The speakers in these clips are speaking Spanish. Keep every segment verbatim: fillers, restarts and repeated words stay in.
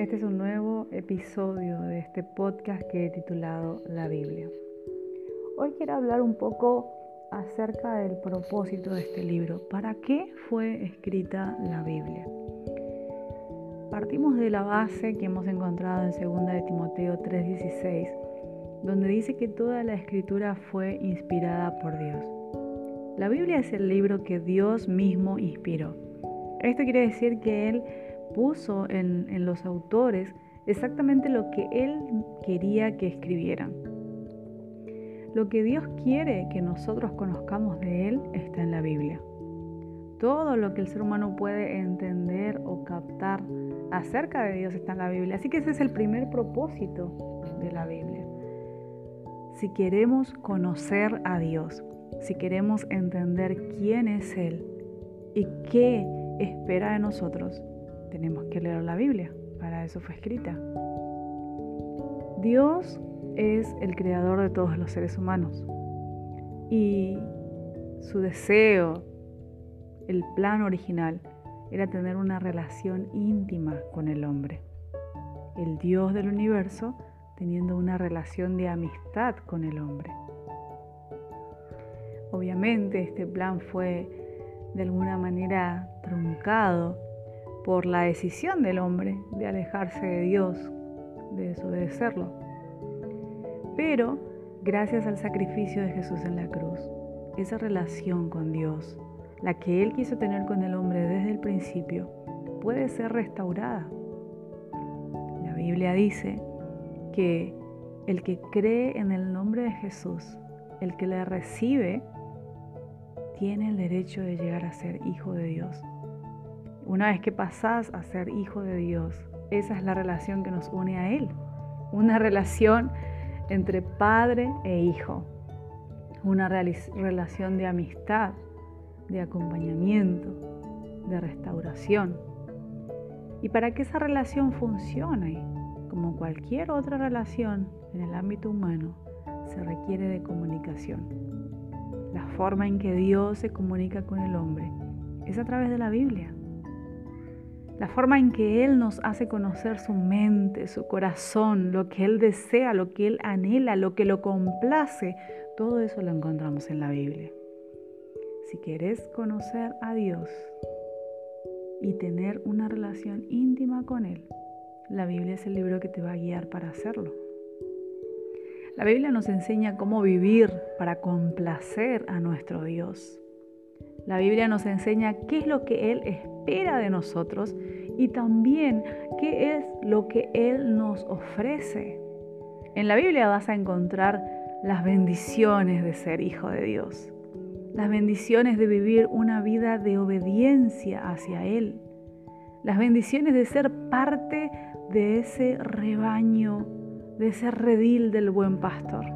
Este es un nuevo episodio de este podcast que he titulado La Biblia. Hoy quiero hablar un poco acerca del propósito de este libro. ¿Para qué fue escrita la Biblia? Partimos de la base que hemos encontrado en segunda de Timoteo tres dieciséis, donde dice que toda la escritura fue inspirada por Dios. La Biblia es el libro que Dios mismo inspiró. Esto quiere decir que Él puso en, en los autores exactamente lo que Él quería que escribieran. Lo que Dios quiere que nosotros conozcamos de Él está en la Biblia. Todo lo que el ser humano puede entender o captar acerca de Dios está en la Biblia. Así que ese es el primer propósito de la Biblia. Si queremos conocer a Dios, si queremos entender quién es Él y qué espera de nosotros, tenemos que leer la Biblia. Para eso fue escrita. Dios es el creador de todos los seres humanos y su deseo, el plan original, era tener una relación íntima con el hombre. El Dios del universo teniendo una relación de amistad con el hombre. Obviamente este plan fue de alguna manera truncado por la decisión del hombre de alejarse de Dios, de desobedecerlo. Pero gracias al sacrificio de Jesús en la cruz, esa relación con Dios, la que Él quiso tener con el hombre desde el principio, puede ser restaurada. La Biblia dice que el que cree en el nombre de Jesús, el que le recibe, tiene el derecho de llegar a ser hijo de Dios. Una vez que pasás a ser hijo de Dios, esa es la relación que nos une a Él. Una relación entre padre e hijo. Una relación de amistad, de acompañamiento, de restauración. Y para que esa relación funcione, como cualquier otra relación en el ámbito humano, se requiere de comunicación. La forma en que Dios se comunica con el hombre es a través de la Biblia. La forma en que Él nos hace conocer su mente, su corazón, lo que Él desea, lo que Él anhela, lo que lo complace, todo eso lo encontramos en la Biblia. Si querés conocer a Dios y tener una relación íntima con Él, la Biblia es el libro que te va a guiar para hacerlo. La Biblia nos enseña cómo vivir para complacer a nuestro Dios. La Biblia nos enseña qué es lo que Él espera de nosotros y también qué es lo que Él nos ofrece. En la Biblia vas a encontrar las bendiciones de ser hijo de Dios, las bendiciones de vivir una vida de obediencia hacia Él, las bendiciones de ser parte de ese rebaño, de ese redil del buen pastor.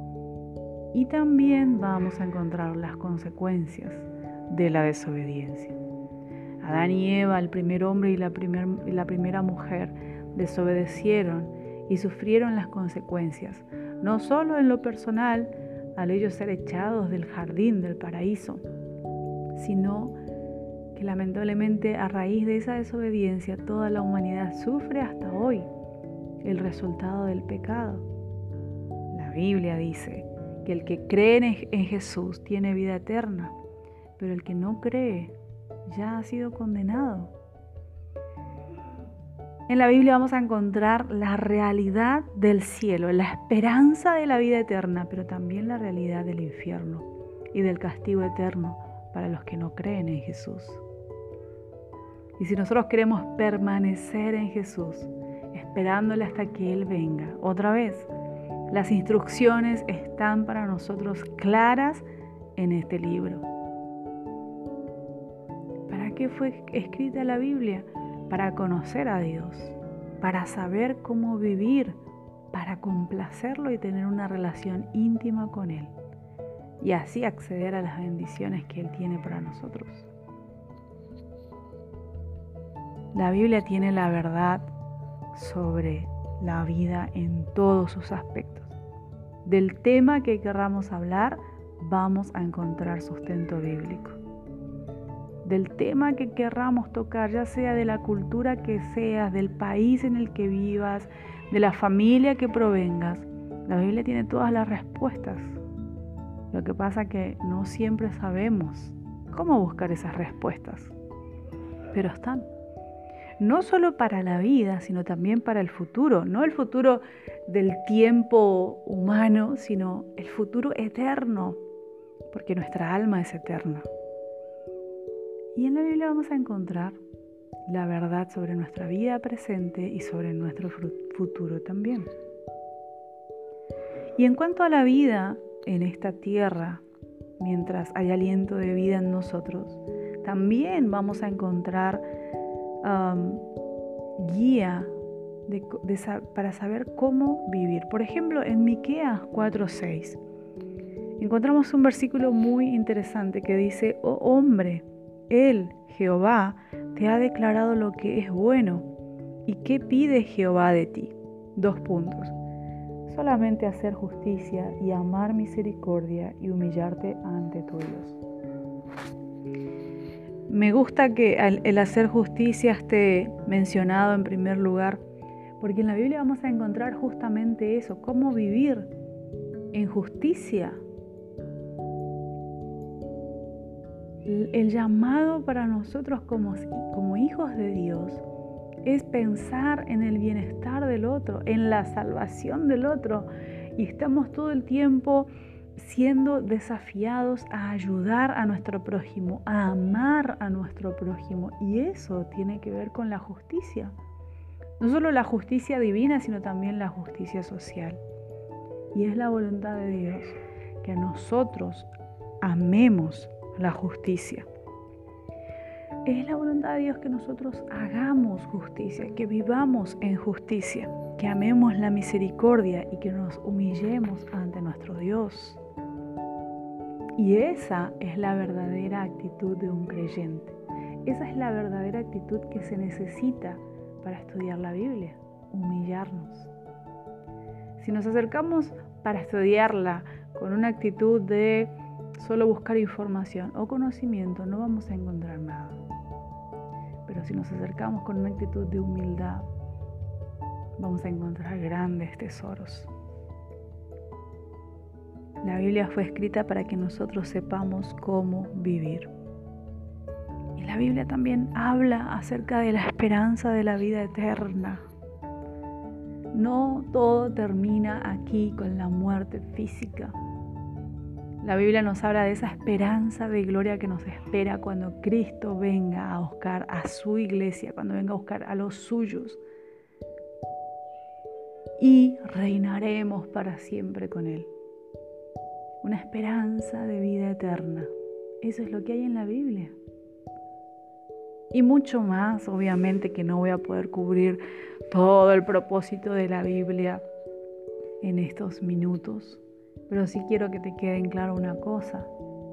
Y también vamos a encontrar las consecuencias de la desobediencia. Adán y Eva, el primer hombre y la, primer, y la primera mujer, desobedecieron y sufrieron las consecuencias, no solo en lo personal, al ellos ser echados del jardín, del paraíso, sino que lamentablemente a raíz de esa desobediencia toda la humanidad sufre hasta hoy el resultado del pecado. La Biblia dice que el que cree en Jesús tiene vida eterna, pero el que no cree ya ha sido condenado. En la Biblia vamos a encontrar la realidad del cielo, la esperanza de la vida eterna, pero también la realidad del infierno y del castigo eterno para los que no creen en Jesús. Y si nosotros queremos permanecer en Jesús, esperándole hasta que Él venga, otra vez, las instrucciones están para nosotros claras en este libro. ¿Para qué fue escrita la Biblia? Para conocer a Dios, para saber cómo vivir, para complacerlo y tener una relación íntima con Él, y así acceder a las bendiciones que Él tiene para nosotros. La Biblia tiene la verdad sobre la vida en todos sus aspectos. Del tema que querramos hablar, vamos a encontrar sustento bíblico. del tema que querramos tocar, ya sea de la cultura que seas, del país en el que vivas, de la familia que provengas. La Biblia tiene todas las respuestas. Lo que pasa es que no siempre sabemos cómo buscar esas respuestas, pero están. No solo para la vida, sino también para el futuro. No el futuro del tiempo humano, sino el futuro eterno, porque nuestra alma es eterna. Y en la Biblia vamos a encontrar la verdad sobre nuestra vida presente y sobre nuestro futuro también. Y en cuanto a la vida en esta tierra, mientras hay aliento de vida en nosotros, también vamos a encontrar um, guía de, de, para saber cómo vivir. Por ejemplo, en Miqueas cuatro seis encontramos un versículo muy interesante que dice: oh hombre, Él, Jehová, te ha declarado lo que es bueno. ¿Y qué pide Jehová de ti? Dos puntos. Solamente hacer justicia y amar misericordia y humillarte ante tu Dios. Me gusta que el hacer justicia esté mencionado en primer lugar, porque en la Biblia vamos a encontrar justamente eso, cómo vivir en justicia. El llamado para nosotros como, como hijos de Dios es pensar en el bienestar del otro, en la salvación del otro. Y estamos todo el tiempo siendo desafiados a ayudar a nuestro prójimo, a amar a nuestro prójimo. Y eso tiene que ver con la justicia. No solo la justicia divina, sino también la justicia social. Y es la voluntad de Dios que nosotros amemos la justicia. Es la voluntad de Dios que nosotros hagamos justicia, que vivamos en justicia, que amemos la misericordia y que nos humillemos ante nuestro Dios. Y esa es la verdadera actitud de un creyente. Esa es la verdadera actitud que se necesita para estudiar la Biblia, humillarnos. Si nos acercamos para estudiarla con una actitud de solo buscar información o conocimiento, no vamos a encontrar nada. Pero si nos acercamos con una actitud de humildad, vamos a encontrar grandes tesoros. La Biblia fue escrita para que nosotros sepamos cómo vivir. Y la Biblia también habla acerca de la esperanza de la vida eterna. No todo termina aquí con la muerte física. La Biblia nos habla de esa esperanza de gloria que nos espera cuando Cristo venga a buscar a su iglesia, cuando venga a buscar a los suyos. Y reinaremos para siempre con Él. Una esperanza de vida eterna. Eso es lo que hay en la Biblia. Y mucho más, obviamente, que no voy a poder cubrir todo el propósito de la Biblia en estos minutos. Pero sí quiero que te quede en claro una cosa.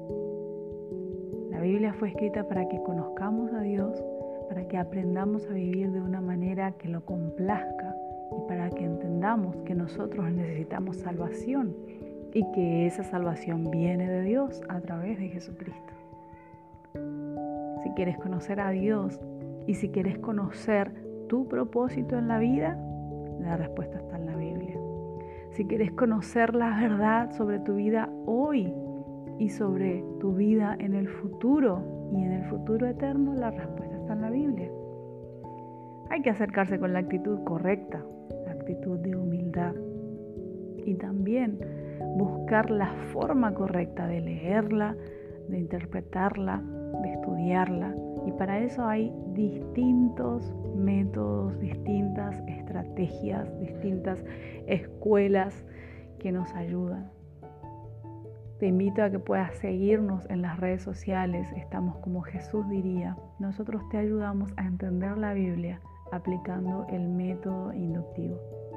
La Biblia fue escrita para que conozcamos a Dios, para que aprendamos a vivir de una manera que lo complazca y para que entendamos que nosotros necesitamos salvación y que esa salvación viene de Dios a través de Jesucristo. Si quieres conocer a Dios y si quieres conocer tu propósito en la vida, la respuesta está en la Biblia. Si quieres conocer la verdad sobre tu vida hoy y sobre tu vida en el futuro y en el futuro eterno, la respuesta está en la Biblia. Hay que acercarse con la actitud correcta, la actitud de humildad. Y también buscar la forma correcta de leerla, de interpretarla, de estudiarla. Y para eso hay distintos métodos, distintas estrategias, distintas escuelas que nos ayudan. Te invito a que puedas seguirnos en las redes sociales. Estamos como Jesús diría. Nosotros te ayudamos a entender la Biblia aplicando el método inductivo.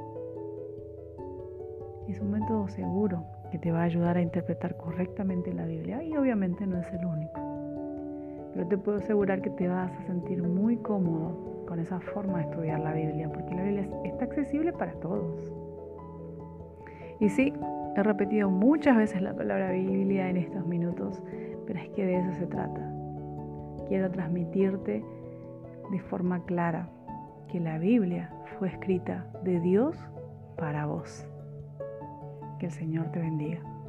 Es un método seguro que te va a ayudar a interpretar correctamente la Biblia. Y obviamente no es el único. Pero te puedo asegurar que te vas a sentir muy cómodo con esa forma de estudiar la Biblia, porque la Biblia está accesible para todos. Y sí, he repetido muchas veces la palabra Biblia en estos minutos, pero es que de eso se trata. quiero transmitirte de forma clara que la Biblia fue escrita de Dios para vos. Que el Señor te bendiga.